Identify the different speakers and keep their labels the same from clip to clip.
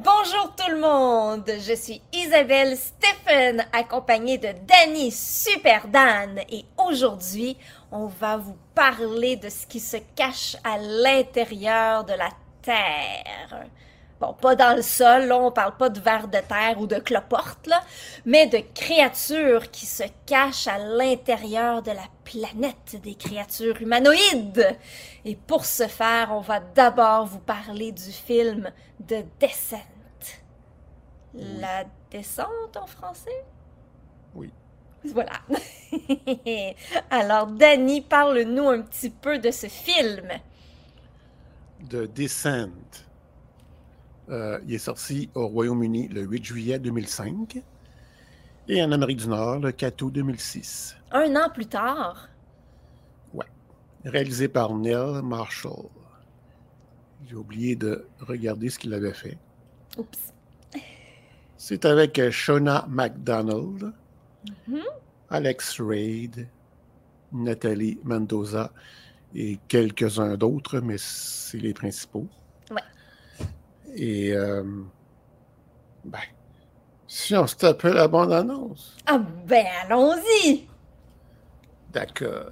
Speaker 1: Bonjour tout le monde, je suis Isabelle Stephen, accompagnée de Danny Super Dan, et aujourd'hui, on va vous parler de ce qui se cache à l'intérieur de la Terre. Bon, pas dans le sol, là, on parle pas de vers de terre ou de cloporte, là, mais de créatures qui se cachent à l'intérieur de la planète, des créatures humanoïdes. Et pour ce faire, on va d'abord vous parler du film The Descent. La descente en français?
Speaker 2: Oui.
Speaker 1: Voilà. Alors, Danny, parle-nous un petit peu de ce film.
Speaker 2: The Descent. Il est sorti au Royaume-Uni le 8 juillet 2005 et en Amérique du Nord le 4 août 2006.
Speaker 1: Un an plus tard.
Speaker 2: Ouais. Réalisé par Neil Marshall. J'ai oublié de regarder ce qu'il avait fait.
Speaker 1: Oups.
Speaker 2: C'est avec Shona McDonald, Alex Reid, Nathalie Mendoza et quelques-uns d'autres, mais c'est les principaux.
Speaker 1: Ouais.
Speaker 2: Et, si on se tapait la bande-annonce.
Speaker 1: Ah ben, allons-y!
Speaker 2: D'accord.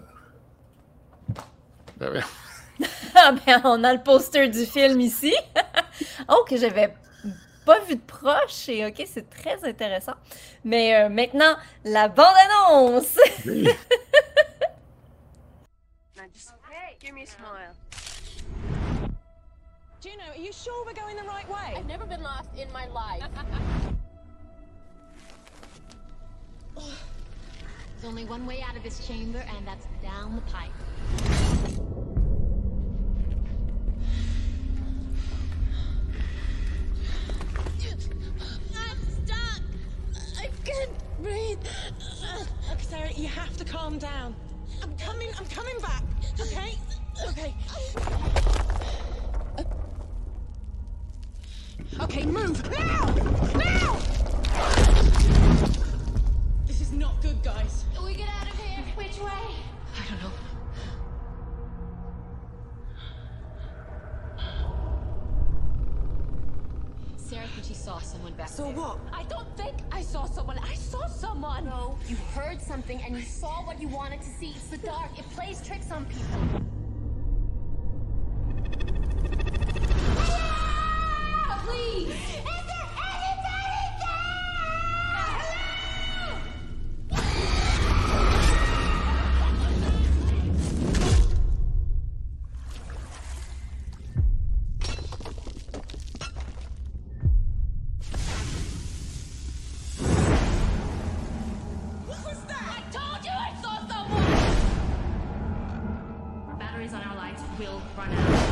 Speaker 1: Ah ben, on a le poster du film ici. Oh, que j'avais pas vu de proche, et ok, c'est très intéressant. Mais maintenant, la bande-annonce!
Speaker 2: Oui.
Speaker 3: Now just give me a smile.
Speaker 4: Juno, are you sure we're going the right way?
Speaker 5: I've never been lost in my life. There's only one way out of this chamber, and that's down the pipe.
Speaker 4: I'm stuck. I can't breathe. Okay, Sarah, you have to calm down. I'm coming back. Okay? Okay. Okay, move! Now! Now! This is not good, guys.
Speaker 5: We get out of here. Which way?
Speaker 4: I don't know.
Speaker 5: Sarah thinks she saw someone back
Speaker 4: So
Speaker 5: there.
Speaker 4: what?
Speaker 5: I don't think I saw someone. I saw someone. No, you heard something and you saw what you wanted to see. It's the dark. It plays tricks on people. Ah! Please! Is there anybody there? Hello?
Speaker 4: What was that?
Speaker 5: I told you I saw someone! Batteries on our lights will run out.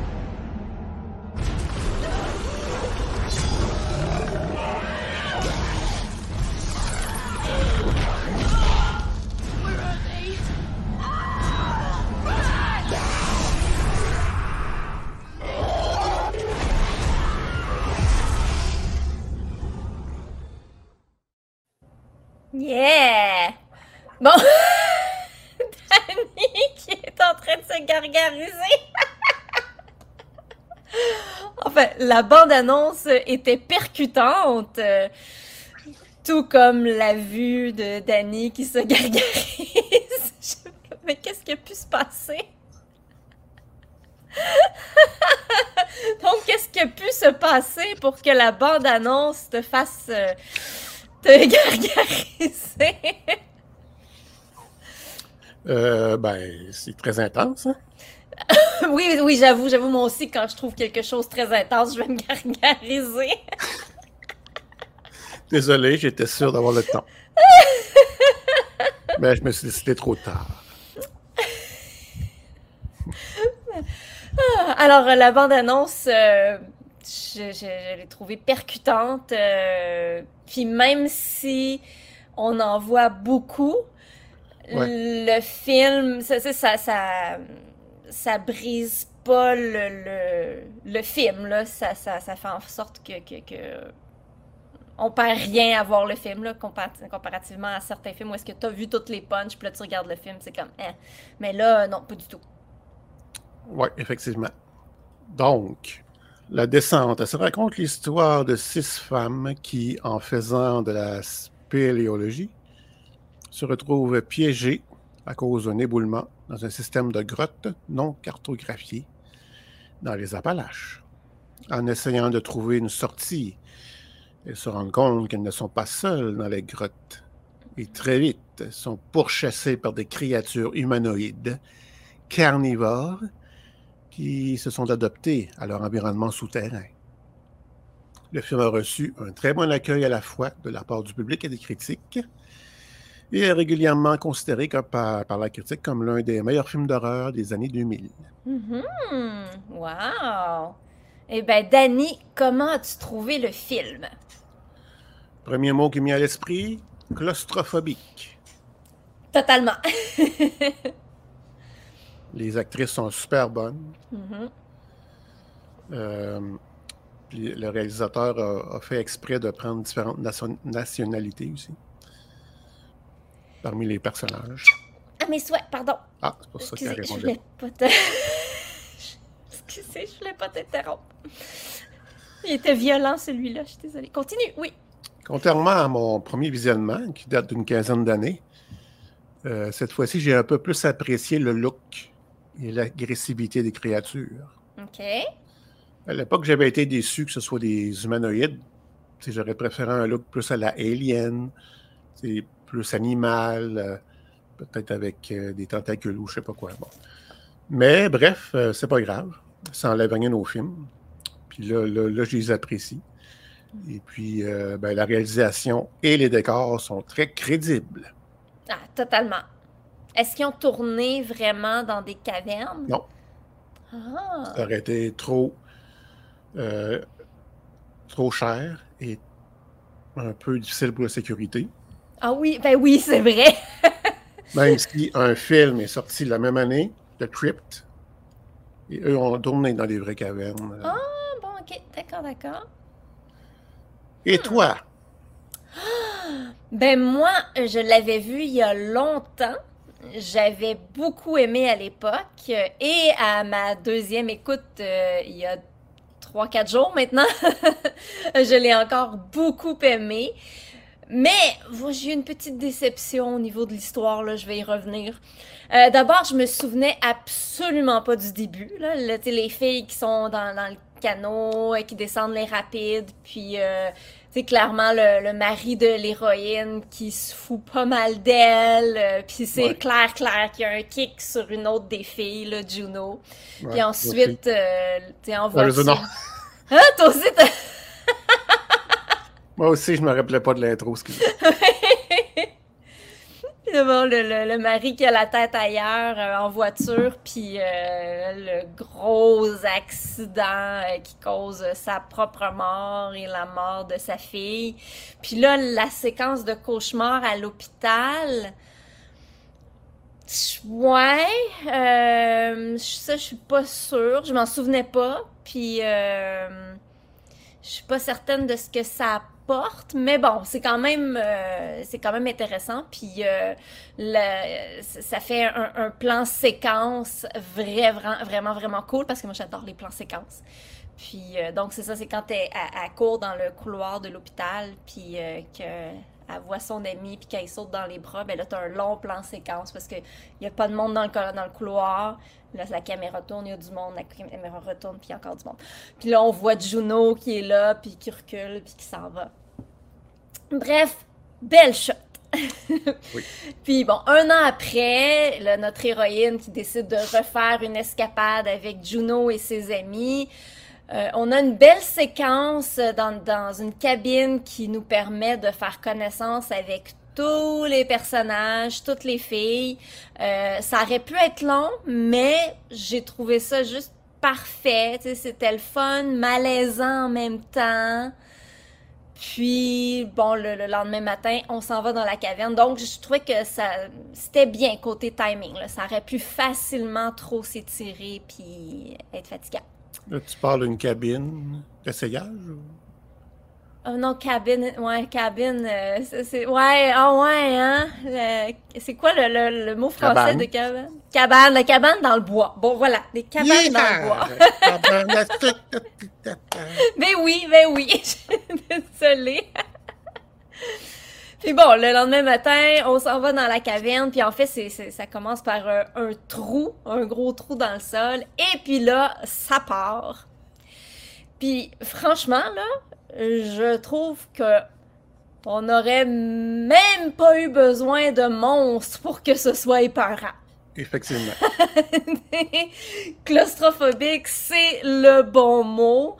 Speaker 5: Where are they?
Speaker 1: Yeah! Bon, Danny qui est en train de se gargariser. Enfin, la bande-annonce était percutante, tout comme la vue de Danny qui se gargarise. Mais qu'est-ce qui a pu se passer? Donc, qu'est-ce qui a pu se passer pour que la bande-annonce te fasse te gargariser?
Speaker 2: C'est très intense, hein?
Speaker 1: Oui, j'avoue, moi aussi, quand je trouve quelque chose très intense, je vais me gargariser.
Speaker 2: Désolé, j'étais sûr d'avoir le temps. Mais je me suis décidé trop tard.
Speaker 1: Alors, la bande-annonce, je l'ai trouvée percutante. Puis même si on en voit beaucoup,
Speaker 2: Ouais.
Speaker 1: le film, ça brise pas le film, là. Ça fait en sorte que on perd rien à voir le film, là, comparativement à certains films où est-ce que t'as vu toutes les punches, puis là, tu regardes le film, c'est comme, eh. Mais là, non, pas du tout.
Speaker 2: Oui, effectivement. Donc, La descente, ça raconte l'histoire de 6 femmes qui, en faisant de la spéléologie, se retrouvent piégées à cause d'un éboulement dans un système de grottes non cartographié dans les Appalaches. En essayant de trouver une sortie, elles se rendent compte qu'elles ne sont pas seules dans les grottes et très vite sont pourchassées par des créatures humanoïdes, carnivores, qui se sont adaptés à leur environnement souterrain. Le film a reçu un très bon accueil à la fois de la part du public et des critiques et est régulièrement considéré par la critique comme l'un des meilleurs films d'horreur des années 2000.
Speaker 1: Wow! Eh bien, Danny, comment as-tu trouvé le film?
Speaker 2: Premier mot qui m'est mis à l'esprit, claustrophobique.
Speaker 1: Totalement.
Speaker 2: Les actrices sont super bonnes. Puis le réalisateur a fait exprès de prendre différentes nationalités aussi, parmi les personnages.
Speaker 1: Ah, mes souhaits, pardon.
Speaker 2: Ah, c'est pour ça qu'elle
Speaker 1: Excusez, je
Speaker 2: répondait.
Speaker 1: voulais pas te... Excusez, je voulais pas t'interrompre. Il était violent, celui-là, je suis désolée. Continue, oui.
Speaker 2: Contrairement à mon premier visionnement, qui date d'une quinzaine d'années, cette fois-ci, j'ai un peu plus apprécié le look et l'agressivité des créatures.
Speaker 1: OK.
Speaker 2: À l'époque, j'avais été déçu que ce soit des humanoïdes. J'aurais préféré un look plus à la Alien, plus animal, peut-être avec des tentacules ou je sais pas quoi. Bon. Mais bref, c'est pas grave. Ça enlève rien au film. Puis là, je les apprécie. Et puis, la réalisation et les décors sont très crédibles.
Speaker 1: Ah, totalement. Est-ce qu'ils ont tourné vraiment dans des cavernes?
Speaker 2: Non.
Speaker 1: Ah.
Speaker 2: Ça aurait été trop cher et un peu difficile pour la sécurité.
Speaker 1: Ah oui, ben oui, c'est vrai.
Speaker 2: Même si un film est sorti la même année, The Crypt, et eux ont tourné dans des vraies cavernes.
Speaker 1: Ah, bon, OK, d'accord.
Speaker 2: Et toi?
Speaker 1: Ben moi, je l'avais vu il y a longtemps. J'avais beaucoup aimé à l'époque. Et à ma deuxième écoute, il y a 3-4 jours maintenant, je l'ai encore beaucoup aimé. Mais j'ai eu une petite déception au niveau de l'histoire, là, je vais y revenir. D'abord, je me souvenais absolument pas du début. Là, les filles qui sont dans le canot, qui descendent les rapides, puis clairement le mari de l'héroïne qui se fout pas mal d'elle, puis c'est clair qu'il y a un kick sur une autre des filles, là, Juno.
Speaker 2: Ouais,
Speaker 1: puis ensuite, on voit...
Speaker 2: Ah,
Speaker 1: toi aussi, t'as...
Speaker 2: Moi aussi, je me rappelais pas de l'intro, excusez.
Speaker 1: Bon, le mari qui a la tête ailleurs en voiture, puis le gros accident qui cause sa propre mort et la mort de sa fille. Puis là, la séquence de cauchemar à l'hôpital... Ouais, ça, je suis pas sûre. Je m'en souvenais pas, puis je suis pas certaine de ce que ça apporte, mais bon, c'est quand même intéressant, puis ça fait un plan séquence vraiment cool, parce que moi j'adore les plans séquences. Puis donc c'est ça, c'est quand elle court dans le couloir de l'hôpital, puis qu'elle voit son ami, puis qu'elle saute dans les bras, ben là t'as un long plan séquence, parce que y a pas de monde dans le couloir. Là, la caméra tourne, il y a du monde, la caméra retourne, puis il y a encore du monde. Puis là, on voit Juno qui est là, puis qui recule, puis qui s'en va. Bref, belle shot!
Speaker 2: Oui.
Speaker 1: Puis bon, 1 an après, là, notre héroïne qui décide de refaire une escapade avec Juno et ses amis, on a une belle séquence dans une cabine qui nous permet de faire connaissance avec tous les personnages, toutes les filles. Ça aurait pu être long, mais j'ai trouvé ça juste parfait. Tu sais, c'était le fun, malaisant en même temps. Puis, bon, le lendemain matin, on s'en va dans la caverne. Donc, je trouvais que c'était bien côté timing, là. Ça aurait pu facilement trop s'étirer puis être fatigant.
Speaker 2: Là, tu parles d'une cabine d'essayage?
Speaker 1: Oh non, cabine, ouais, cabine, ouais, ah ouais, hein? C'est quoi le mot français
Speaker 2: Cabane.
Speaker 1: de cabane? Cabane, la cabane dans le bois. Bon, voilà, des cabanes dans le bois. Ben oui, désolée. Puis bon, le lendemain matin, on s'en va dans la caverne, puis en fait, ça commence par un trou, un gros trou dans le sol, et puis là, ça part. Puis franchement, là, je trouve que on n'aurait même pas eu besoin de monstres pour que ce soit épeurant.
Speaker 2: Effectivement.
Speaker 1: Claustrophobique, c'est le bon mot.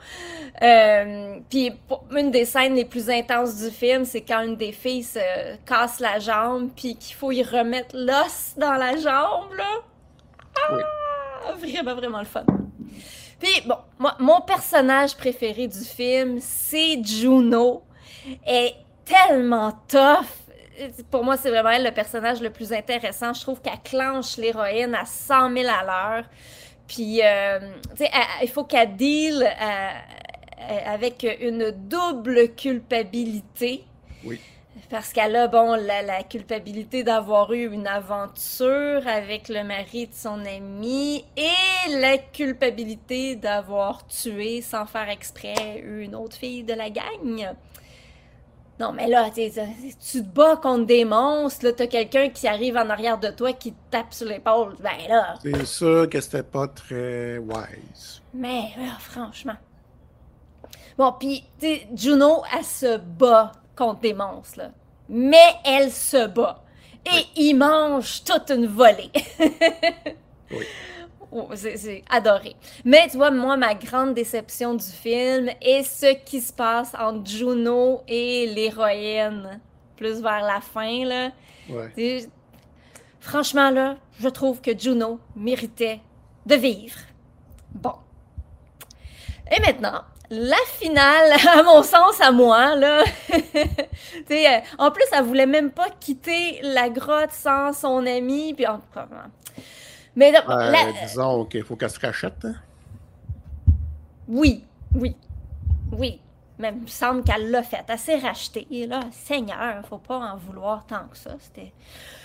Speaker 1: Puis une des scènes les plus intenses du film, c'est quand une des filles se casse la jambe, puis qu'il faut y remettre l'os dans la jambe, là. Ah!
Speaker 2: Oui.
Speaker 1: Vraiment, vraiment le fun. Puis bon, moi, mon personnage préféré du film, c'est Juno. Elle est tellement tough. Pour moi, c'est vraiment elle le personnage le plus intéressant. Je trouve qu'elle clenche l'héroïne à 100 000 à l'heure. Puis, tu sais, il faut qu'elle deal avec une double culpabilité.
Speaker 2: Oui.
Speaker 1: Parce qu'elle a, bon, la culpabilité d'avoir eu une aventure avec le mari de son ami et la culpabilité d'avoir tué, sans faire exprès, une autre fille de la gang. Non, mais là, tu te bats contre des monstres, là, t'as quelqu'un qui arrive en arrière de toi qui te tape sur l'épaule, ben là...
Speaker 2: C'est sûr que c'était pas très wise.
Speaker 1: Mais là, franchement... Bon, pis, tu sais, Juno, elle se bat contre des monstres, là. Mais elle se bat. Et
Speaker 2: Oui.
Speaker 1: il mange toute une volée.
Speaker 2: Oui.
Speaker 1: Oh, c'est adoré. Mais tu vois, moi, ma grande déception du film est ce qui se passe entre Juno et l'héroïne. Plus vers la fin, là.
Speaker 2: Ouais.
Speaker 1: Franchement, là, je trouve que Juno méritait de vivre. Bon. Et maintenant, la finale, à mon sens, à moi, là. En plus, elle voulait même pas quitter la grotte sans son ami, puis... Mais là,
Speaker 2: disons qu'il faut qu'elle se rachète. Hein?
Speaker 1: Oui. Mais il me semble qu'elle l'a fait. Elle s'est rachetée. Et là, Seigneur, faut pas en vouloir tant que ça. C'était...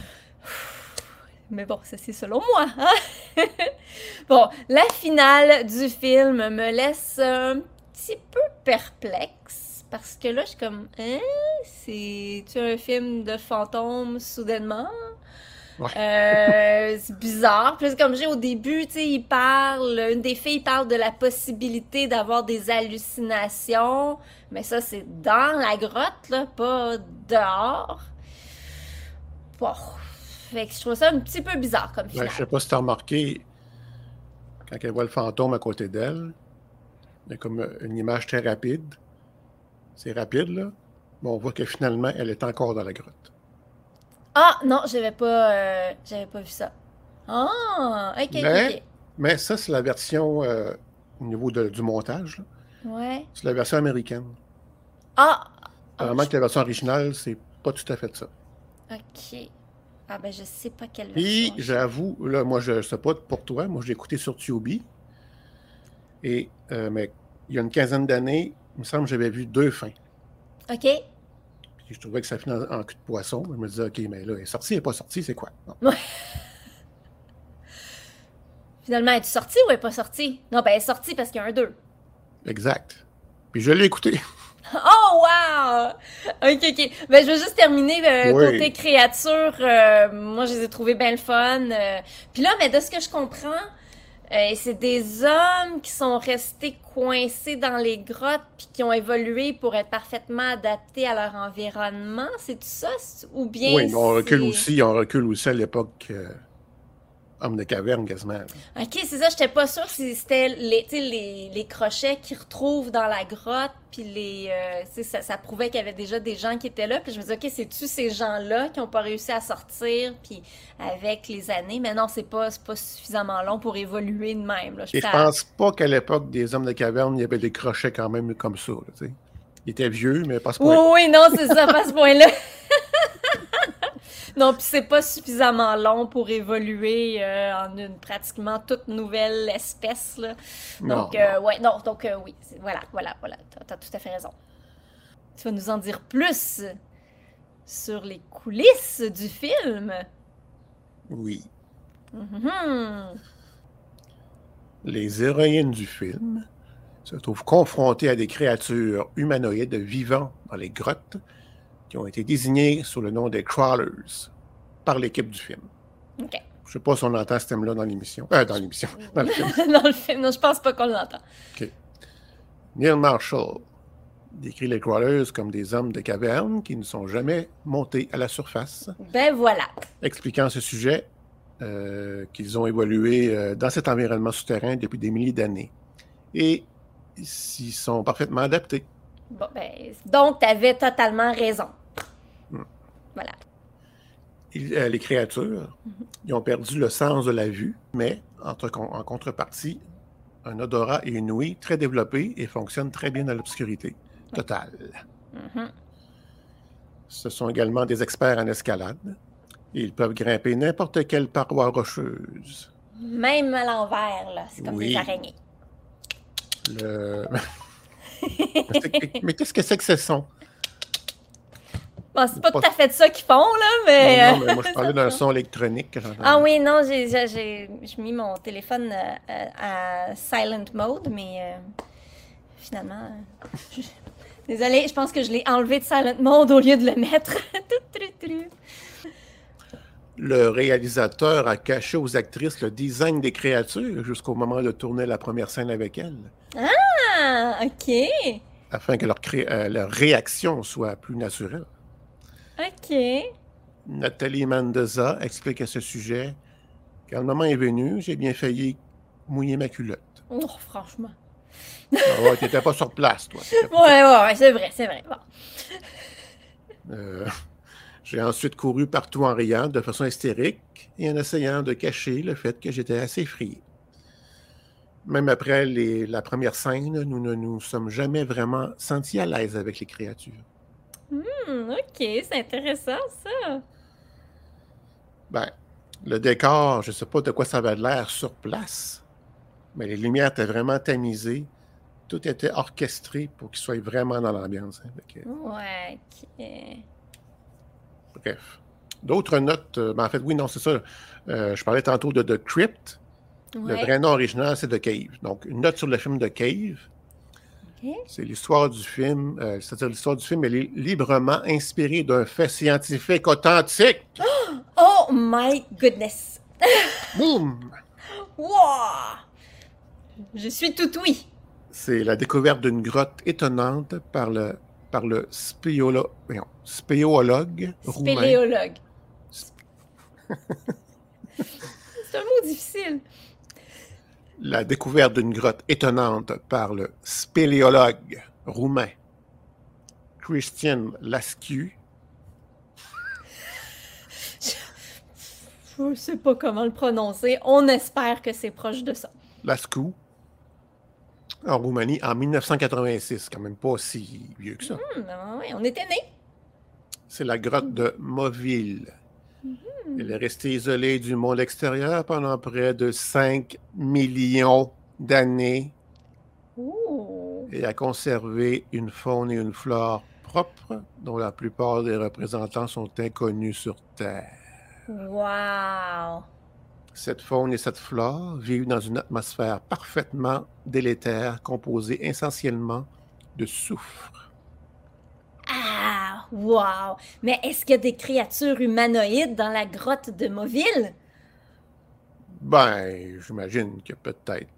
Speaker 1: Mais bon, ça c'est selon moi. Hein? Bon, la finale du film me laisse un petit peu perplexe. Parce que là, je suis comme... Hein? C'est-tu un film de fantômes soudainement?
Speaker 2: Ouais.
Speaker 1: C'est bizarre. Puis comme j'ai au début, tu sais, une des filles parle de la possibilité d'avoir des hallucinations, mais ça c'est dans la grotte, là, pas dehors. Bon, fait que je trouve ça un petit peu bizarre comme finale.
Speaker 2: Je sais pas si t'as remarqué, quand elle voit le fantôme à côté d'elle, il y a comme une image très rapide. C'est rapide, là. Mais on voit que finalement, elle est encore dans la grotte.
Speaker 1: Ah, non, j'avais pas vu ça. Ah, ok.
Speaker 2: Mais ça, c'est la version au niveau du montage. Là.
Speaker 1: Ouais.
Speaker 2: C'est la version américaine.
Speaker 1: Ah!
Speaker 2: Apparemment que la version originale, c'est pas tout à fait ça.
Speaker 1: Ok. Ah ben, je sais pas quelle
Speaker 2: Puis,
Speaker 1: version.
Speaker 2: j'avoue, là, moi, je sais pas pour toi, moi, je l'ai écouté sur Tubi. Et, mais il y a une quinzaine d'années, il me semble que j'avais vu 2 fins.
Speaker 1: Ok.
Speaker 2: Puis je trouvais que ça finit en cul de poisson. Je me disais, OK, mais là, elle est sortie, elle n'est pas sortie, c'est quoi? Non.
Speaker 1: Ouais. Finalement, es-tu sortie ou elle est pas sortie? Non, ben elle est sortie parce qu'il y a un 2.
Speaker 2: Exact. Puis je l'ai écouté.
Speaker 1: Oh, wow! Ok. Ben, je veux juste terminer côté créature. Moi, je les ai trouvés bien le fun. Puis là, mais de ce que je comprends, c'est des hommes qui sont restés coincés dans les grottes puis qui ont évolué pour être parfaitement adaptés à leur environnement. C'est ça? Ou bien
Speaker 2: oui, on recule aussi à l'époque homme de caverne quasiment. Là.
Speaker 1: Ok, c'est ça. J'étais pas sûre si c'était les crochets qu'ils retrouvent dans la grotte puis ça prouvait qu'il y avait déjà des gens qui étaient là. Puis je me disais, ok, c'est-tu ces gens-là qui ont pas réussi à sortir puis avec les années? Mais non, c'est pas suffisamment long pour évoluer de même. Là.
Speaker 2: Et je pense pas qu'à l'époque des hommes de caverne, il y avait des crochets quand même comme ça. Là, t'sais. Ils étaient vieux, mais pas ce point-là.
Speaker 1: Oui, non, c'est ça, pas ce point-là. Non, puis c'est pas suffisamment long pour évoluer en une pratiquement toute nouvelle espèce, là. Donc,
Speaker 2: non.
Speaker 1: ouais, non, donc oui, voilà, t'as tout à fait raison. Tu vas nous en dire plus sur les coulisses du film.
Speaker 2: Oui.
Speaker 1: Mhm.
Speaker 2: Les héroïnes du film se trouvent confrontées à des créatures humanoïdes vivant dans les grottes qui ont été désignées sous le nom des Crawlers par l'équipe du film.
Speaker 1: OK.
Speaker 2: Je sais pas si on entend ce thème-là dans l'émission. Dans le film.
Speaker 1: Dans le film, non, je pense pas qu'on l'entend.
Speaker 2: OK. Neil Marshall décrit les Crawlers comme des hommes de caverne qui ne sont jamais montés à la surface,
Speaker 1: Ben voilà.
Speaker 2: expliquant à ce sujet qu'ils ont évolué dans cet environnement souterrain depuis des milliers d'années. Et s'ils sont parfaitement adaptés.
Speaker 1: Bon, ben, donc, t'avais totalement raison. Voilà.
Speaker 2: Les créatures, ils ont perdu le sens de la vue, mais en contrepartie, un odorat et une ouïe très développés et fonctionnent très bien dans l'obscurité totale.
Speaker 1: Mhm.
Speaker 2: Ce sont également des experts en escalade. Et ils peuvent grimper n'importe quelle paroi rocheuse.
Speaker 1: Même à l'envers, là. C'est comme
Speaker 2: Oui.
Speaker 1: des araignées.
Speaker 2: Mais qu'est-ce que c'est que ce son?
Speaker 1: Bon, c'est pas tout à fait ça qu'ils font, là, mais...
Speaker 2: Non, mais moi, je parlais d'un son électronique que j'entendais.
Speaker 1: Ah oui, non, j'ai mis mon téléphone à silent mode, mais finalement... Désolée, je pense que je l'ai enlevé de silent mode au lieu de le mettre.
Speaker 2: Le réalisateur a caché aux actrices le design des créatures jusqu'au moment de tourner la première scène avec elles,
Speaker 1: Ah, OK.
Speaker 2: afin que leur réaction soit plus naturelle.
Speaker 1: OK.
Speaker 2: Nathalie Mendoza explique à ce sujet: quand le moment est venu, j'ai bien failli mouiller ma culotte.
Speaker 1: Oh, franchement.
Speaker 2: Ah ouais, t'étais pas sur place, toi.
Speaker 1: Ouais, c'est vrai. Bon.
Speaker 2: J'ai ensuite couru partout en riant de façon hystérique et en essayant de cacher le fait que j'étais assez effrayé. Même après la première scène, nous ne nous sommes jamais vraiment sentis à l'aise avec les créatures.
Speaker 1: OK, c'est intéressant, ça.
Speaker 2: Ben, le décor, je sais pas de quoi ça avait l'air sur place, mais les lumières étaient vraiment tamisées. Tout était orchestré pour qu'ils soient vraiment dans l'ambiance. Hein.
Speaker 1: Ouais, OK.
Speaker 2: Bref. D'autres notes, en fait, oui, non, c'est ça. Je parlais tantôt de The Crypt. Le
Speaker 1: Ouais.
Speaker 2: vrai nom original, c'est The Cave. Donc, une note sur le film The Cave.
Speaker 1: OK.
Speaker 2: C'est l'histoire du film, c'est-à-dire l'histoire du film, elle est librement inspirée d'un fait scientifique authentique.
Speaker 1: Oh my goodness.
Speaker 2: Boum!
Speaker 1: Wow! Je suis tout oui.
Speaker 2: C'est la découverte d'une grotte étonnante par le spéologue roumain.
Speaker 1: Spéléologue. C'est un mot difficile.
Speaker 2: La découverte d'une grotte étonnante par le spéléologue roumain Christian Lascu.
Speaker 1: Je sais pas comment le prononcer. On espère que c'est proche de ça.
Speaker 2: Lascu, en Roumanie, en 1986. Quand même pas si vieux que ça.
Speaker 1: Oui, on était nés.
Speaker 2: C'est la grotte de Moville. Elle est restée isolée du monde extérieur pendant près de 5 millions d'années
Speaker 1: Ouh.
Speaker 2: et a conservé une faune et une flore propres dont la plupart des représentants sont inconnus sur Terre.
Speaker 1: Wow.
Speaker 2: Cette faune et cette flore vivent dans une atmosphère parfaitement délétère composée essentiellement de soufre.
Speaker 1: Ah, wow. Mais est-ce qu'il y a des créatures humanoïdes dans la grotte de Moville?
Speaker 2: Ben, j'imagine qu'il y a peut-être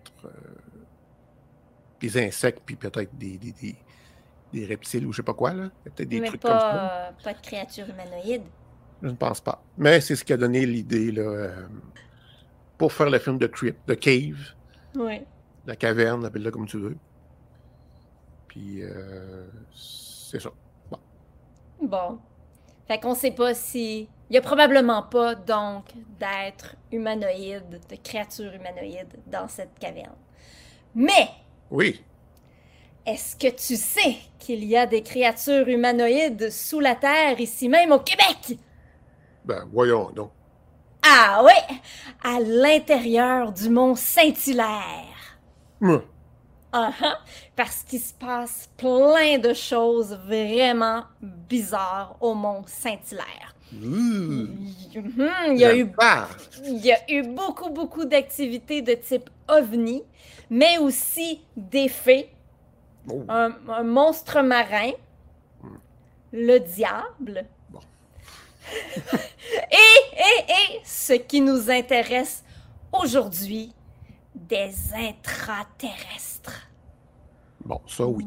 Speaker 2: des insectes, puis peut-être des reptiles ou je sais pas quoi, là. Il y a peut-être des
Speaker 1: Mais
Speaker 2: trucs comme ça.
Speaker 1: pas de créatures humanoïdes.
Speaker 2: Je ne pense pas. Mais c'est ce qui a donné l'idée, là, pour faire le film de Crypt, The Cave,
Speaker 1: Oui.
Speaker 2: la caverne, appelle-le comme tu veux. Puis, c'est ça. Bon.
Speaker 1: Bon. Fait qu'on sait pas si... Il y a probablement pas, donc, d'êtres humanoïdes, de créatures humanoïdes dans cette caverne. Mais,
Speaker 2: Oui.
Speaker 1: est-ce que tu sais qu'il y a des créatures humanoïdes sous la terre, ici même au Québec?
Speaker 2: Ben, voyons donc.
Speaker 1: Ah ouais! À l'intérieur du mont Saint-Hilaire.
Speaker 2: Hum.
Speaker 1: Parce qu'il se passe plein de choses vraiment bizarres au mont Saint-Hilaire. Il y a eu beaucoup d'activités de type ovni, mais aussi des fées, un monstre marin, le diable, et ce qui nous intéresse aujourd'hui, des intraterrestres.
Speaker 2: Bon, ça oui.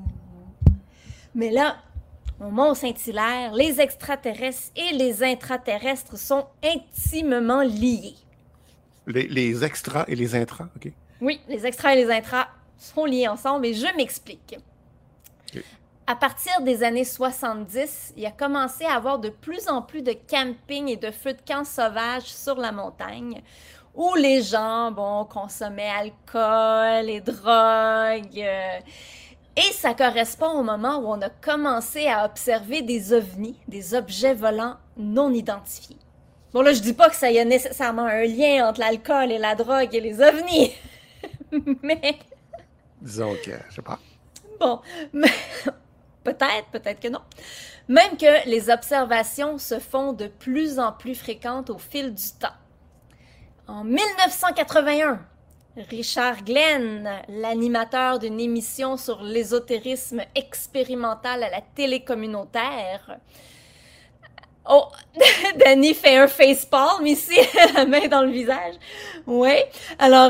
Speaker 1: Mais là, au mont Saint-Hilaire, les extraterrestres et les intraterrestres sont intimement liés.
Speaker 2: Les extras et les intras, OK?
Speaker 1: Oui, les extras et les intras sont liés ensemble et je m'explique.
Speaker 2: OK.
Speaker 1: À partir des années 70, il a commencé à avoir de plus en plus de camping et de feux de camp sauvages sur la montagne où les gens, consommaient alcool et drogue. Et ça correspond au moment où on a commencé à observer des ovnis, des objets volants non identifiés. Bon, là, je dis pas que ça y a nécessairement un lien entre l'alcool et la drogue et les ovnis, mais...
Speaker 2: Disons que, je sais pas.
Speaker 1: Bon, mais... peut-être que non. Même que les observations se font de plus en plus fréquentes au fil du temps. En 1981, Richard Glenn, l'animateur d'une émission sur l'ésotérisme expérimental à la télé communautaire. Oh, Danny fait un facepalm ici, la main dans le visage. Oui. Alors,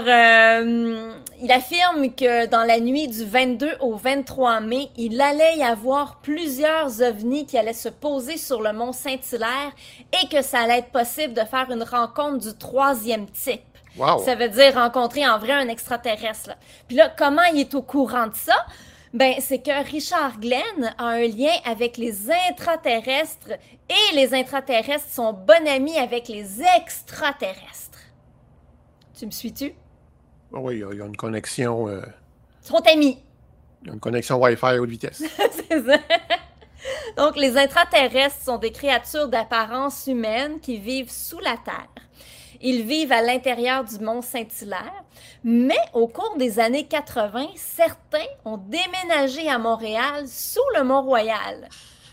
Speaker 1: il affirme que dans la nuit du 22 au 23 mai, il allait y avoir plusieurs ovnis qui allaient se poser sur le mont Saint-Hilaire et que ça allait être possible de faire une rencontre du 3e type.
Speaker 2: Wow. Ça
Speaker 1: veut dire rencontrer en vrai un extraterrestre. Là. Puis là, comment il est au courant de ça? Ben, c'est que Richard Glenn a un lien avec les intraterrestres et les intraterrestres sont bons amis avec les extraterrestres. Tu me suis-tu?
Speaker 2: Oui, il y a une connexion...
Speaker 1: Ils sont amis.
Speaker 2: Il y a une connexion Wi-Fi à haute vitesse.
Speaker 1: C'est ça. Donc, les intraterrestres sont des créatures d'apparence humaine qui vivent sous la Terre. Ils vivent à l'intérieur du mont Saint-Hilaire, mais au cours des années 80, certains ont déménagé à Montréal sous le Mont-Royal.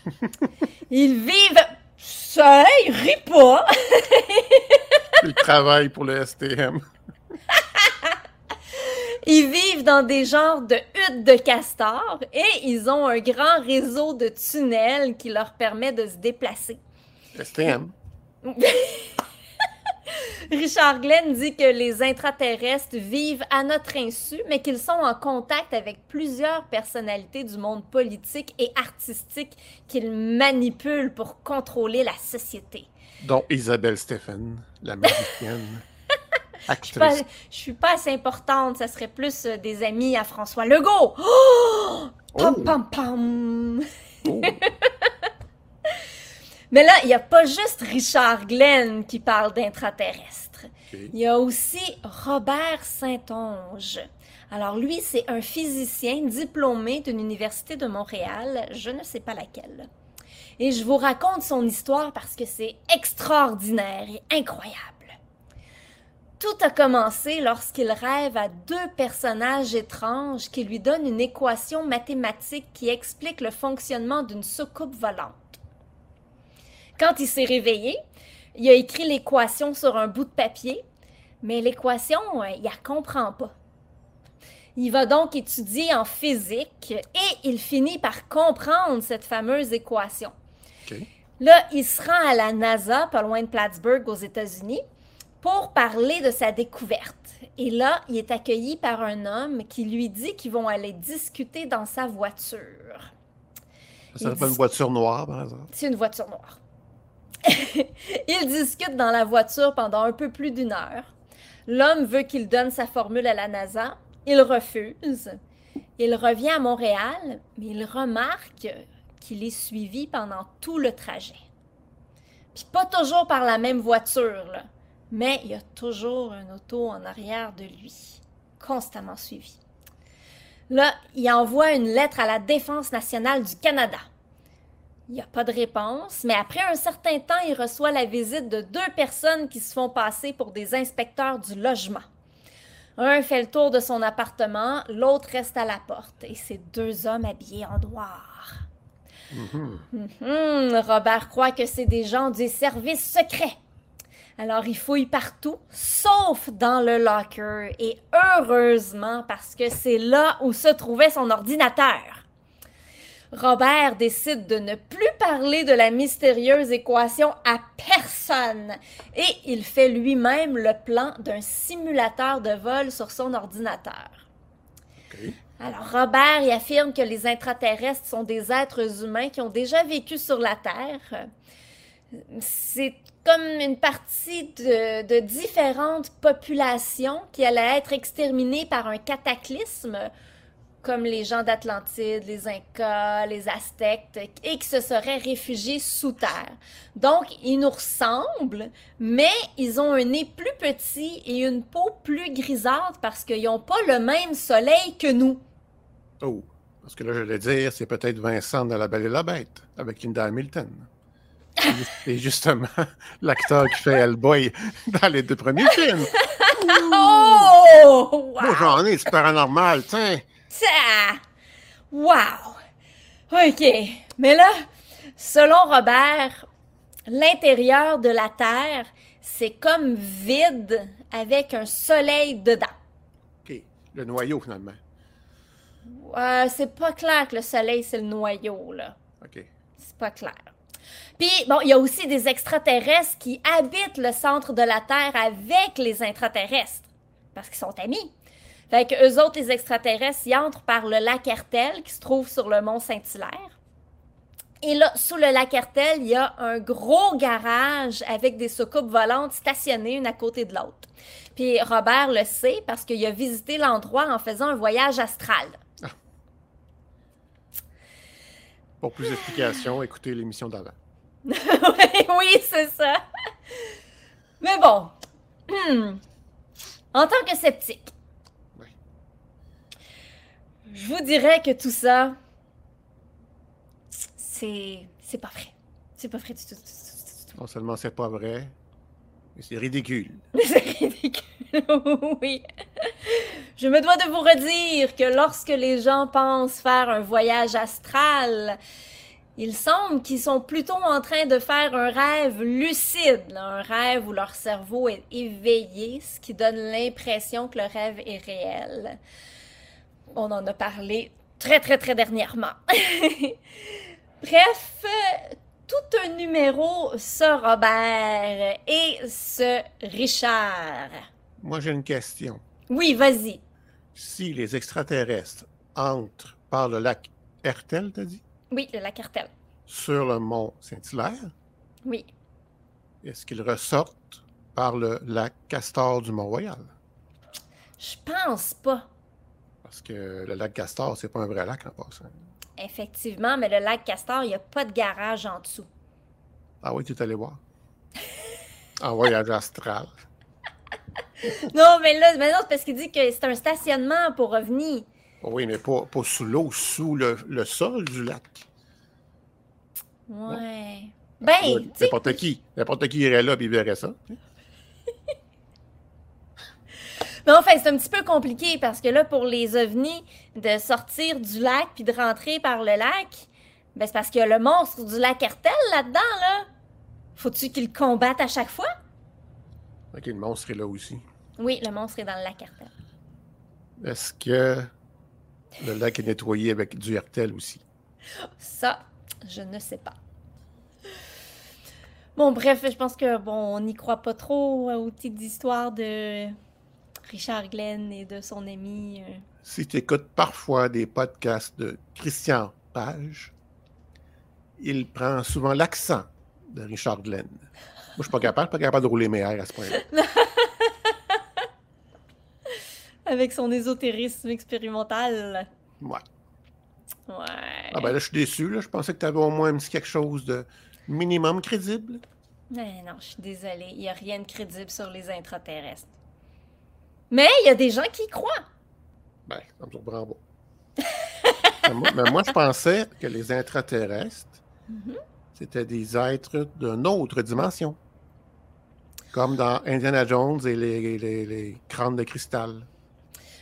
Speaker 1: Ils vivent... Ça, ils rient pas!
Speaker 2: Ils travaillent pour le STM.
Speaker 1: Ils vivent dans des genres de huttes de castors et ils ont un grand réseau de tunnels qui leur permet de se déplacer.
Speaker 2: STM.
Speaker 1: Richard Glenn dit que les intraterrestres vivent à notre insu, mais qu'ils sont en contact avec plusieurs personnalités du monde politique et artistique qu'ils manipulent pour contrôler la société.
Speaker 2: Dont Isabelle Stephen, la magicienne. Actrice.
Speaker 1: Je suis pas assez importante, ça serait plus des amis à François Legault. Oh! Pam, pam, pam!
Speaker 2: Oh.
Speaker 1: Mais là, il n'y a pas juste Richard Glenn qui parle d'intraterrestres.
Speaker 2: Okay.
Speaker 1: Il y a aussi Robert Saint-Onge. Alors lui, c'est un physicien diplômé d'une université de Montréal, je ne sais pas laquelle. Et je vous raconte son histoire parce que c'est extraordinaire et incroyable. Tout a commencé lorsqu'il rêve à 2 personnages étranges qui lui donnent une équation mathématique qui explique le fonctionnement d'une soucoupe volante. Quand il s'est réveillé, il a écrit l'équation sur un bout de papier, mais l'équation, il la comprend pas. Il va donc étudier en physique et il finit par comprendre cette fameuse équation.
Speaker 2: Okay.
Speaker 1: Là, il se rend à la NASA, pas loin de Plattsburgh, aux États-Unis, pour parler de sa découverte. Et là, il est accueilli par un homme qui lui dit qu'ils vont aller discuter dans sa voiture.
Speaker 2: Ça serait pas une voiture noire, par exemple?
Speaker 1: C'est une voiture noire. Ils discutent dans la voiture pendant un peu plus d'1 heure. L'homme veut qu'il donne sa formule à la NASA. Il refuse. Il revient à Montréal, mais il remarque qu'il est suivi pendant tout le trajet. Puis pas toujours par la même voiture, là. Mais il y a toujours un auto en arrière de lui, constamment suivi. Là, il envoie une lettre à la Défense nationale du Canada. Il n'y a pas de réponse, mais après un certain temps, il reçoit la visite de 2 personnes qui se font passer pour des inspecteurs du logement. Un fait le tour de son appartement, l'autre reste à la porte. Et c'est deux hommes habillés en noir. Robert croit que c'est des gens des services secrets. Alors il fouille partout, sauf dans le locker. Et heureusement, parce que c'est là où se trouvait son ordinateur. Robert décide de ne plus parler de la mystérieuse équation à personne et il fait lui-même le plan d'un simulateur de vol sur son ordinateur.
Speaker 2: OK.
Speaker 1: Alors Robert y affirme que les intraterrestres sont des êtres humains qui ont déjà vécu sur la Terre. C'est comme une partie de différentes populations qui allaient être exterminées par un cataclysme, comme les gens d'Atlantide, les Incas, les Aztèques, et qui se seraient réfugiés sous terre. Donc, ils nous ressemblent, mais ils ont un nez plus petit et une peau plus grisâtre parce qu'ils n'ont pas le même soleil que nous.
Speaker 2: Oh, parce que là, j'allais dire, c'est peut-être Vincent dans La Belle et la Bête, avec Linda Hamilton. Et justement, l'acteur qui fait Hellboy dans les 2 premiers films.
Speaker 1: Oh! Wow!
Speaker 2: Moi, j'en ai du paranormal, tiens.
Speaker 1: Ça! Wow! OK. Mais là, selon Robert, l'intérieur de la Terre, c'est comme vide avec un soleil dedans.
Speaker 2: OK, le noyau, finalement.
Speaker 1: C'est pas clair que le soleil, c'est le noyau, là.
Speaker 2: OK.
Speaker 1: C'est pas clair. Puis, bon, il y a aussi des extraterrestres qui habitent le centre de la Terre avec les intraterrestres, parce qu'ils sont amis. Fait que eux autres, les extraterrestres, ils entrent par le lac Hertel, qui se trouve sur le mont Saint-Hilaire. Et là, sous le lac Hertel, il y a un gros garage avec des soucoupes volantes stationnées une à côté de l'autre. Puis Robert le sait parce qu'il a visité l'endroit en faisant un voyage astral.
Speaker 2: Pour plus d'explications, écoutez l'émission d'avant.
Speaker 1: Oui, c'est ça. Mais bon, en tant que sceptique,
Speaker 2: Oui.
Speaker 1: je vous dirais que tout ça, c'est pas vrai. C'est pas vrai du tout.
Speaker 2: Non seulement c'est pas vrai, mais c'est ridicule.
Speaker 1: C'est ridicule, oui. Je me dois de vous redire que lorsque les gens pensent faire un voyage astral, il semble qu'ils sont plutôt en train de faire un rêve lucide, là, un rêve où leur cerveau est éveillé, ce qui donne l'impression que le rêve est réel. On en a parlé très, très, très dernièrement. Bref, tout un numéro, ce Robert et ce Richard.
Speaker 2: Moi, j'ai une question.
Speaker 1: Oui, vas-y.
Speaker 2: Si les extraterrestres entrent par le lac Hertel, t'as dit,
Speaker 1: Oui, le lac Hertel.
Speaker 2: sur le mont Saint-Hilaire,
Speaker 1: Oui.
Speaker 2: est-ce qu'ils ressortent par le lac Castor du Mont-Royal?
Speaker 1: Je pense pas.
Speaker 2: Parce que le lac Castor, c'est pas un vrai lac en passant.
Speaker 1: Effectivement, mais le lac Castor, il n'y a pas de garage en dessous.
Speaker 2: Ah oui, tu es allé voir. En voyage astral.
Speaker 1: Non, mais là, c'est parce qu'il dit que c'est un stationnement pour revenir.
Speaker 2: Oui, mais pas sous l'eau, sous le sol du lac.
Speaker 1: Ouais. Ben, tu sais,
Speaker 2: N'importe qui irait là et verrait ça.
Speaker 1: mais enfin, c'est un petit peu compliqué parce que là, pour les ovnis, de sortir du lac puis de rentrer par le lac, ben c'est parce qu'il y a le monstre du lac Hertel là-dedans, là. Faut-tu qu'il le combatte à chaque fois?
Speaker 2: OK, le monstre est là aussi.
Speaker 1: Oui, le monstre est dans le lac Hertel.
Speaker 2: Est-ce que le lac est nettoyé avec du Hertel aussi?
Speaker 1: Ça, je ne sais pas. Bon, bref, je pense que bon, on n'y croit pas trop aux petites histoires de Richard Glenn et de son ami.
Speaker 2: Si tu écoutes parfois des podcasts de Christian Page, il prend souvent l'accent de Richard Glenn. Moi, je suis pas capable de rouler mes airs à ce point-là.
Speaker 1: Avec son ésotérisme expérimental.
Speaker 2: Ouais.
Speaker 1: Ouais.
Speaker 2: Ah ben là, je suis déçu. Là. Je pensais que tu avais au moins un petit quelque chose de minimum crédible.
Speaker 1: Mais non, je suis désolée. Il n'y a rien de crédible sur les intraterrestres. Mais il y a des gens qui y croient.
Speaker 2: Ben, ça me surprend pas. mais moi, je pensais que les extraterrestres, c'était des êtres d'une autre dimension. Comme dans Indiana Jones et les crânes de cristal.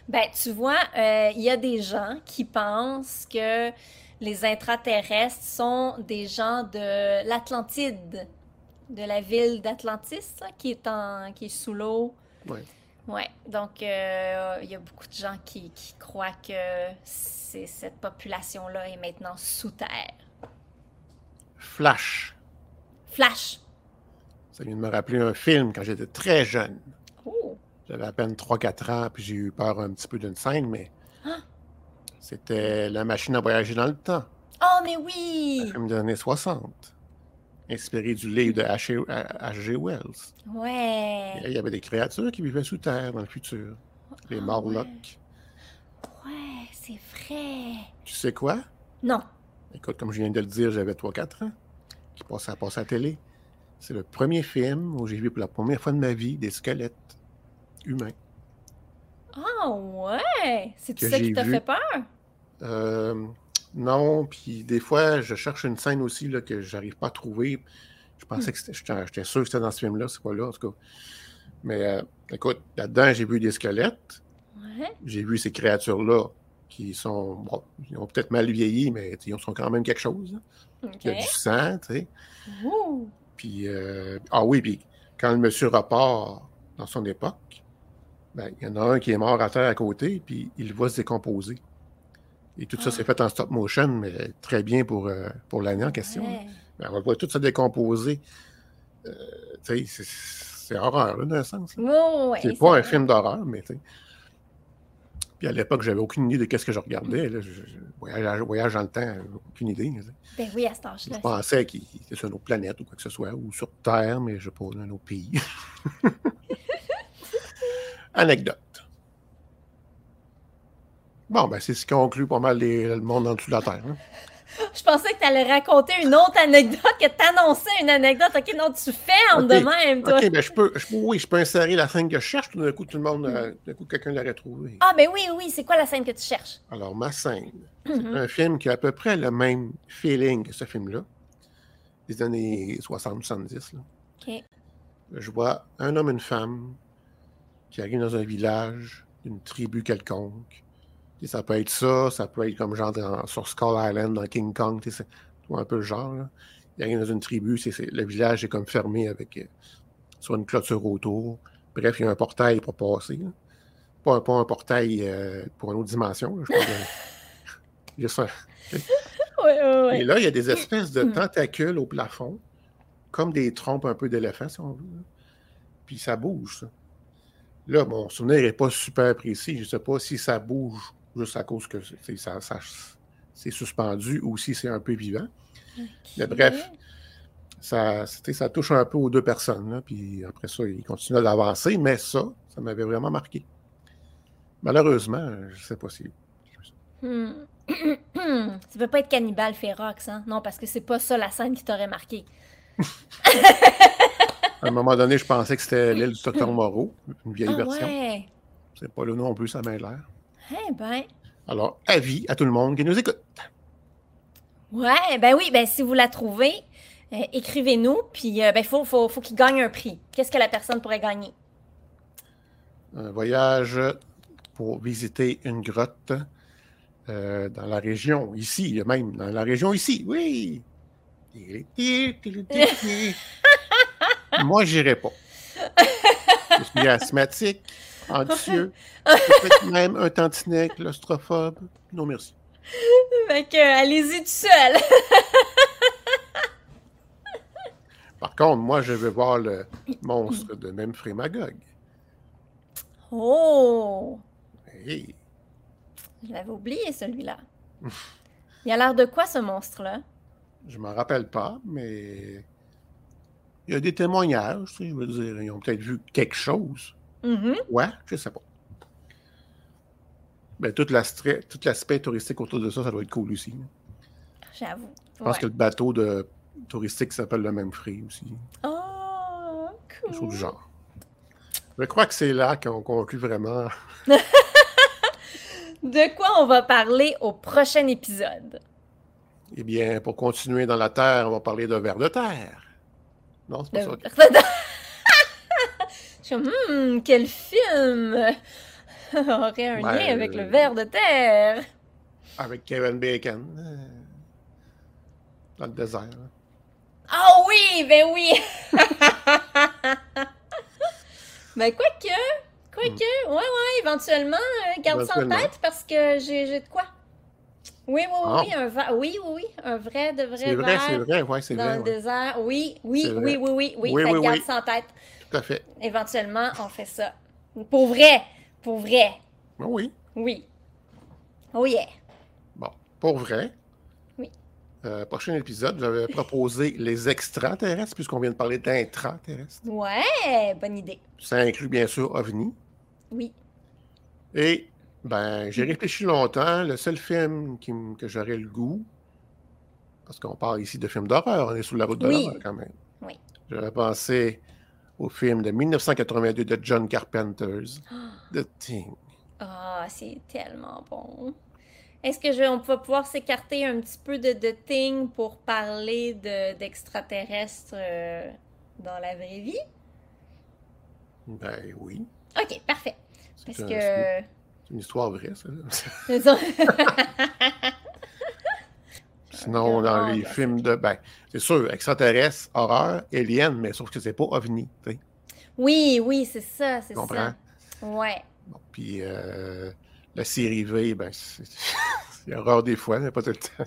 Speaker 1: Ben, tu vois, il y a des gens qui pensent que les intraterrestres sont des gens de l'Atlantide, de la ville d'Atlantis, là, qui est sous l'eau.
Speaker 2: Ouais.
Speaker 1: Ouais, donc il y a beaucoup de gens qui croient que cette population-là est maintenant sous terre.
Speaker 2: Flash.
Speaker 1: Flash!
Speaker 2: Ça vient de me rappeler un film quand j'étais très jeune.
Speaker 1: Oh!
Speaker 2: J'avais à peine 3-4 ans, puis j'ai eu peur un petit peu d'une scène, mais
Speaker 1: Ah!
Speaker 2: c'était La machine à voyager dans le temps,
Speaker 1: Oh, mais
Speaker 2: un
Speaker 1: oui!
Speaker 2: film des années 60, inspiré du livre de H.G. Wells.
Speaker 1: Ouais!
Speaker 2: Et il y avait des créatures qui vivaient sous terre dans le futur. Les
Speaker 1: Ah,
Speaker 2: Morlocks.
Speaker 1: Ouais, c'est vrai!
Speaker 2: Tu sais quoi?
Speaker 1: Non!
Speaker 2: Écoute, comme je viens de le dire, j'avais 3-4 ans, qui passait à la télé. C'est le premier film où j'ai vu pour la première fois de ma vie des squelettes humains.
Speaker 1: Ah ouais! C'est
Speaker 2: Que
Speaker 1: ça qui
Speaker 2: j'ai
Speaker 1: t'a
Speaker 2: vu.
Speaker 1: fait peur?
Speaker 2: Non, puis des fois, je cherche une scène aussi là, que j'arrive pas à trouver. Je pensais que j'étais sûr que c'était dans ce film-là, c'est pas là, en tout cas. Mais écoute, là-dedans, j'ai vu des squelettes.
Speaker 1: Ouais.
Speaker 2: J'ai vu ces créatures-là qui sont, bon, ils ont peut-être mal vieilli, mais ils sont quand même quelque chose. Là.
Speaker 1: OK.
Speaker 2: Il y a du sang, tu sais.
Speaker 1: Ouh!
Speaker 2: Puis, ah oui, puis quand le monsieur repart dans son époque, ben, il y en a un qui est mort à terre à côté, puis il va se décomposer. Et tout ça, c'est fait en stop motion, mais très bien pour l'année en question.
Speaker 1: Ouais.
Speaker 2: Ben, on va voir tout ça décomposer. Tu sais, c'est horreur, là, d'un sens. Là.
Speaker 1: Oh, ouais,
Speaker 2: C'est pas un
Speaker 1: vrai.
Speaker 2: film d'horreur, mais tu sais. Puis à l'époque, j'avais aucune idée de qu'est-ce que je regardais. Là. Voyage dans le temps, aucune idée. Tu sais.
Speaker 1: Ben oui, à cet âge-là.
Speaker 2: Je pensais qu'il était sur une autre planète ou quoi que ce soit, ou sur Terre, mais je sais pas, dans un autre pays. Anecdote. Bon, ben c'est ce qui conclut pas mal le monde en dessous de la Terre. Hein.
Speaker 1: Je pensais que tu allais raconter une autre anecdote, que tu annonçais une anecdote. OK, non, tu fermes de même, toi.
Speaker 2: OK, ben je peux insérer la scène que je cherche, tout d'un coup, tout le monde, d'un coup, quelqu'un l'aurait trouvé.
Speaker 1: Ah, ben oui, oui, c'est quoi la scène que tu cherches?
Speaker 2: Alors, ma scène, c'est
Speaker 1: Mhm.
Speaker 2: un film qui a à peu près le même feeling que ce film-là, des années 60-70. Là.
Speaker 1: OK.
Speaker 2: Je vois un homme et une femme qui arrivent dans un village, une tribu quelconque. Et ça peut être ça peut être comme genre sur Skull Island, dans King Kong, tu vois un peu le genre. Là. Il arrive dans une tribu, le village est comme fermé avec sur une clôture autour. Bref, il y a un portail pour passer. Là. Pas un portail pour une autre dimension. Là, je pense que- juste un-
Speaker 1: Ouais.
Speaker 2: Et là, il y a des espèces de tentacules au plafond, comme des trompes un peu d'éléphant, si on veut. Là. Puis ça bouge, ça. Là, mon souvenir n'est pas super précis. Je ne sais pas si ça bouge juste à cause que c'est suspendu ou si c'est un peu vivant. Mais bref, ça touche un peu aux deux personnes. Là, puis après ça, il continue d'avancer, mais ça m'avait vraiment marqué. Malheureusement, je ne sais pas si...
Speaker 1: Ça peut pas être Cannibal Ferox, hein? Non, parce que c'est pas ça la scène qui t'aurait marqué.
Speaker 2: À un moment donné, je pensais que c'était l'île du Docteur Moreau, une vieille version.
Speaker 1: Ouais.
Speaker 2: C'est pas là non plus, ça m'a l'air.
Speaker 1: Eh ben.
Speaker 2: Alors, avis à tout le monde qui nous écoute.
Speaker 1: Ouais, ben oui, ben si vous la trouvez, écrivez-nous, puis ben faut qu'il gagne un prix. Qu'est-ce que la personne pourrait gagner?
Speaker 2: Un voyage pour visiter une grotte dans la région, ici, même dans la région ici, oui! Moi, j'irai pas. Je suis asthmatique, anxieux, peut-être même un tantinet claustrophobe. Non, merci.
Speaker 1: Fait que, allez-y tout seul.
Speaker 2: Par contre, moi, je veux voir le monstre de Memphis Magog.
Speaker 1: Oh!
Speaker 2: Hey.
Speaker 1: Je l'avais oublié, celui-là. Il a l'air de quoi, ce monstre-là?
Speaker 2: Je m'en rappelle pas, mais il y a des témoignages, tu sais, je veux dire, ils ont peut-être vu quelque chose. Ouais, je sais pas. Ben, tout l'aspect touristique autour de ça, ça doit être cool aussi.
Speaker 1: J'avoue.
Speaker 2: Je pense que le bateau touristique s'appelle le Memphis aussi.
Speaker 1: Oh,
Speaker 2: Quelque chose du
Speaker 1: cool.
Speaker 2: genre. Je crois que c'est là qu'on conclut vraiment.
Speaker 1: De quoi on va parler au prochain épisode?
Speaker 2: Eh bien, pour continuer dans la Terre, on va parler de vers de terre. Non, c'est pas ça.
Speaker 1: Je suis comme, quel film! aurait un
Speaker 2: Ben,
Speaker 1: lien avec le ver de terre.
Speaker 2: Avec Kevin Bacon. Dans le désert. Là.
Speaker 1: Ah oui, ben oui! Ben ouais, éventuellement, garde ça en
Speaker 2: Éventuellement.
Speaker 1: tête parce que j'ai de quoi. Oui,
Speaker 2: Ah.
Speaker 1: un vrai de vrai
Speaker 2: C'est vrai,
Speaker 1: verre
Speaker 2: c'est vrai, ouais, c'est
Speaker 1: dans
Speaker 2: vrai.
Speaker 1: le
Speaker 2: Ouais.
Speaker 1: désert. Oui,
Speaker 2: C'est
Speaker 1: oui,
Speaker 2: vrai.
Speaker 1: oui,
Speaker 2: Oui,
Speaker 1: fait que
Speaker 2: oui,
Speaker 1: garde
Speaker 2: oui.
Speaker 1: ça en tête.
Speaker 2: Tout à fait.
Speaker 1: Éventuellement, on fait ça. Pour vrai, pour vrai.
Speaker 2: Ah oui.
Speaker 1: Oui. Oh yeah.
Speaker 2: Bon, pour vrai.
Speaker 1: Oui.
Speaker 2: Prochain épisode, j'avais proposé les extraterrestres, puisqu'on vient de parler d'intraterrestres.
Speaker 1: Ouais, bonne idée.
Speaker 2: Ça inclut bien sûr OVNI.
Speaker 1: Oui.
Speaker 2: Et, ben, j'ai réfléchi longtemps. Le seul film que j'aurais le goût, parce qu'on parle ici de films d'horreur, on est sur la route de
Speaker 1: Oui.
Speaker 2: l'horreur quand même.
Speaker 1: Oui.
Speaker 2: J'avais pensé au film de 1982 de John Carpenter's, The Thing.
Speaker 1: Ah, c'est tellement bon. Est-ce que on va pouvoir s'écarter un petit peu de Thing pour parler d'extraterrestres dans la vraie vie?
Speaker 2: Ben oui.
Speaker 1: Ok, parfait. Parce que...
Speaker 2: C'est une histoire vraie, ça. Sinon, dans les films de... Ben, c'est sûr, extraterrestres, horreur, alien, mais sauf que c'est pas OVNI, tu sais.
Speaker 1: Oui, c'est ça, c'est
Speaker 2: Comprends?
Speaker 1: ça. Ouais.
Speaker 2: Bon, puis la série V, ben, c'est horreur des fois, mais pas tout le temps.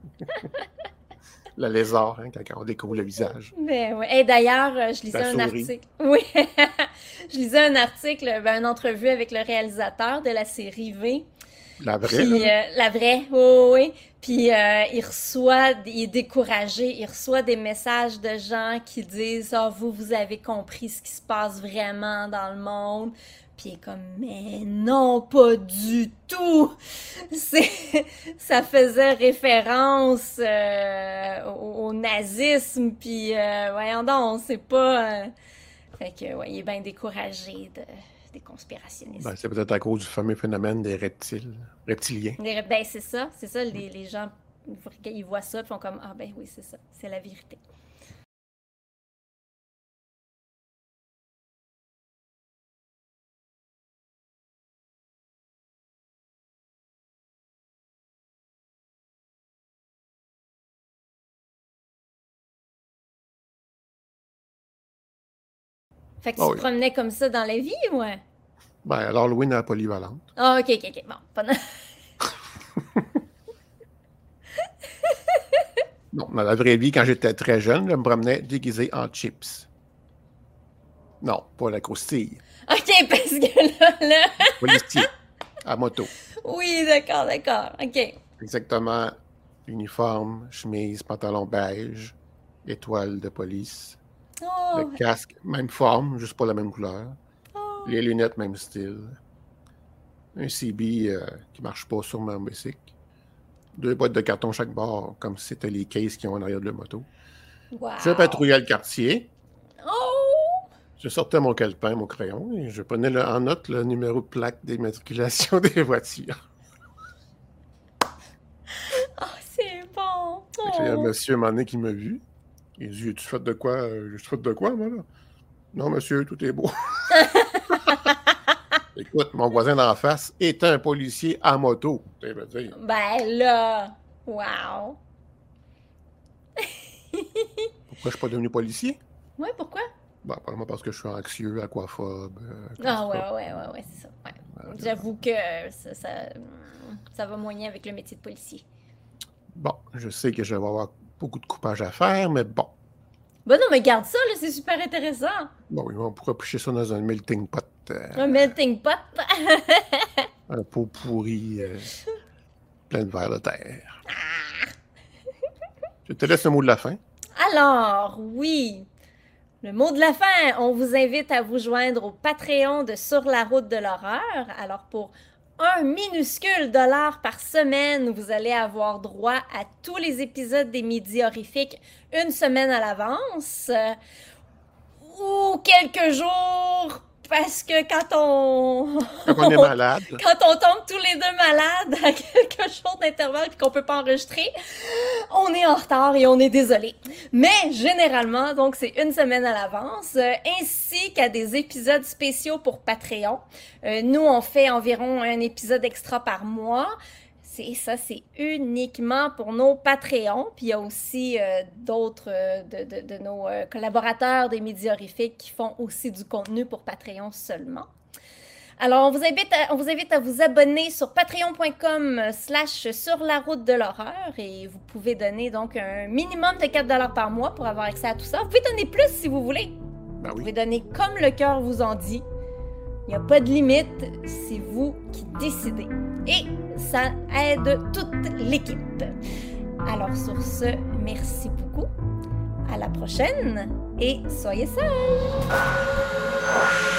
Speaker 2: Le lézard, hein, quand on découvre le visage.
Speaker 1: Ben ouais. Et d'ailleurs, je lisais
Speaker 2: La
Speaker 1: un
Speaker 2: souris.
Speaker 1: article. Oui. Je lisais un article, une entrevue avec le réalisateur de la série V.
Speaker 2: La vraie,
Speaker 1: Puis,
Speaker 2: là?
Speaker 1: la vraie, oui. Puis, il est découragé. Il reçoit des messages de gens qui disent « Ah, vous avez compris ce qui se passe vraiment dans le monde. » Puis, il est comme « Mais non, pas du tout! » Ça faisait référence au nazisme. Puis, voyons donc, c'est pas... Fait que, ouais, il est bien découragé des conspirationnistes.
Speaker 2: Ben, c'est peut-être à cause du fameux phénomène des reptiliens.
Speaker 1: Ben, c'est ça, les gens, ils voient ça, ils font comme, ah ben oui, c'est ça, c'est la vérité. Fait que tu te promenais comme ça dans la vie, ouais?
Speaker 2: Ben, alors Halloween à la polyvalente.
Speaker 1: Ah, ok, bon, pas...
Speaker 2: Non, dans la vraie vie, quand j'étais très jeune, je me promenais déguisé en chips. Non, pas la croustille.
Speaker 1: Ok, parce que là...
Speaker 2: Policier, à moto.
Speaker 1: Oui, d'accord, ok.
Speaker 2: Exactement, uniforme, chemise, pantalon beige, étoile de police.
Speaker 1: Oh,
Speaker 2: Le casque, même forme, juste pas la même couleur.
Speaker 1: oh.
Speaker 2: Les lunettes, même style. Un CB qui marche pas sur mon bicycle. 2 boîtes de carton chaque bord, comme si c'était les cases qui ont en arrière de la moto.
Speaker 1: Wow.
Speaker 2: Je patrouillais le quartier.
Speaker 1: Oh!
Speaker 2: Je sortais mon calepin, mon crayon, et je prenais en note le numéro de plaque d'immatriculation des voitures.
Speaker 1: Oh, c'est bon!
Speaker 2: Il y a un
Speaker 1: Oh.
Speaker 2: monsieur, un moment donné, qui m'a vu. Il dit, tu fais de quoi? Je fais de quoi, moi, là? Non, monsieur, tout est beau. Écoute, mon voisin d'en face est un policier à moto. Tu veux dire.
Speaker 1: Ben là, wow!
Speaker 2: Pourquoi je suis pas devenu policier?
Speaker 1: Ouais, pourquoi?
Speaker 2: Ben, apparemment parce que je suis anxieux, aquaphobe.
Speaker 1: Ah ouais, c'est ça. Ouais. J'avoue que ça va moyen avec le métier de policier.
Speaker 2: Bon, je sais que je vais avoir beaucoup de coupage à faire, mais bon.
Speaker 1: Ben non, mais garde ça, là, c'est super intéressant.
Speaker 2: Bon, oui, on pourra picher ça dans un melting pot.
Speaker 1: Un melting pot.
Speaker 2: Un pot pourri, plein de vers de terre. Je te laisse le mot de la fin.
Speaker 1: Alors, oui. Le mot de la fin, on vous invite à vous joindre au Patreon de Sur la route de l'horreur. Alors, pour un minuscule dollar par semaine, vous allez avoir droit à tous les épisodes des Midis Horrifiques une semaine à l'avance. Ou quelques jours Parce que quand on
Speaker 2: est malade.
Speaker 1: Quand on tombe tous les deux malades à quelques jours d'intervalle puis qu'on peut pas enregistrer, on est en retard et on est désolé. Mais généralement, donc c'est une semaine à l'avance, ainsi qu'à des épisodes spéciaux pour Patreon. Nous, on fait environ un épisode extra par mois. C'est uniquement pour nos Patreons. Puis il y a aussi d'autres de nos collaborateurs des Médias Horrifiques qui font aussi du contenu pour Patreon seulement. Alors, on vous invite à vous abonner sur patreon.com/sur la route de l'horreur et vous pouvez donner donc un minimum de 4$ par mois pour avoir accès à tout ça. Vous pouvez donner plus si vous voulez.
Speaker 2: Ben oui.
Speaker 1: Vous pouvez donner comme le cœur vous en dit. Il n'y a pas de limite, c'est vous qui décidez. Et ça aide toute l'équipe. Alors sur ce, merci beaucoup. À la prochaine et soyez sages!